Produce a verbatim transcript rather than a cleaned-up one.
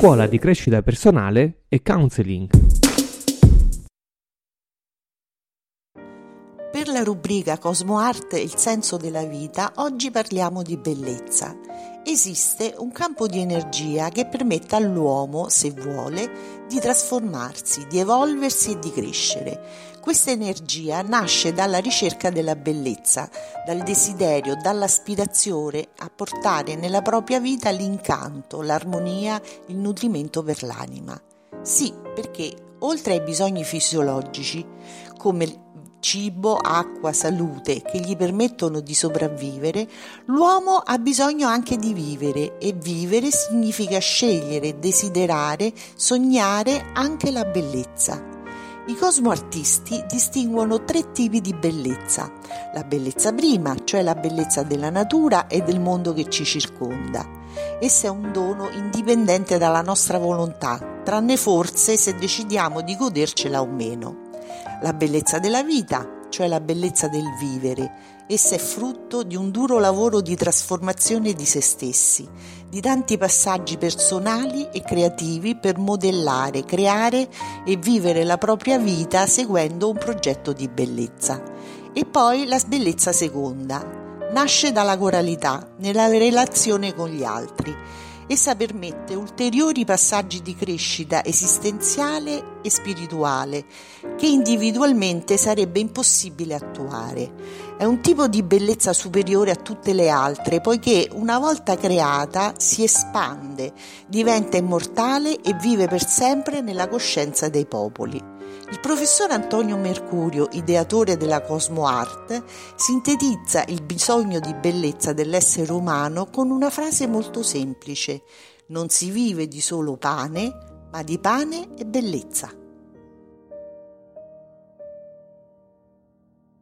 scuola di crescita personale e counseling. Per la rubrica Cosmo Art e il senso della vita, oggi parliamo di bellezza. Esiste un campo di energia che permette all'uomo, se vuole, di trasformarsi, di evolversi e di crescere. Questa energia nasce dalla ricerca della bellezza, dal desiderio, dall'aspirazione a portare nella propria vita l'incanto, l'armonia, il nutrimento per l'anima. Sì, perché oltre ai bisogni fisiologici, come cibo, acqua, salute, che gli permettono di sopravvivere, l'uomo ha bisogno anche di vivere, e vivere significa scegliere, desiderare, sognare anche la bellezza. I cosmoartisti distinguono tre tipi di bellezza: la bellezza prima, cioè la bellezza della natura e del mondo che ci circonda. Essa è un dono indipendente dalla nostra volontà, tranne forse se decidiamo di godercela o meno. La bellezza della vita, cioè la bellezza del vivere. Essa è frutto di un duro lavoro di trasformazione di se stessi, di tanti passaggi personali e creativi per modellare, creare e vivere la propria vita seguendo un progetto di bellezza. E poi la bellezza seconda. Nasce dalla coralità, nella relazione con gli altri. Essa permette ulteriori passaggi di crescita esistenziale e spirituale che individualmente sarebbe impossibile attuare. È un tipo di bellezza superiore a tutte le altre, poiché una volta creata si espande, diventa immortale e vive per sempre nella coscienza dei popoli. Il professor Antonio Mercurio, ideatore della Cosmo Art, sintetizza il bisogno di bellezza dell'essere umano con una frase molto semplice: non si vive di solo pane, ma di pane e bellezza.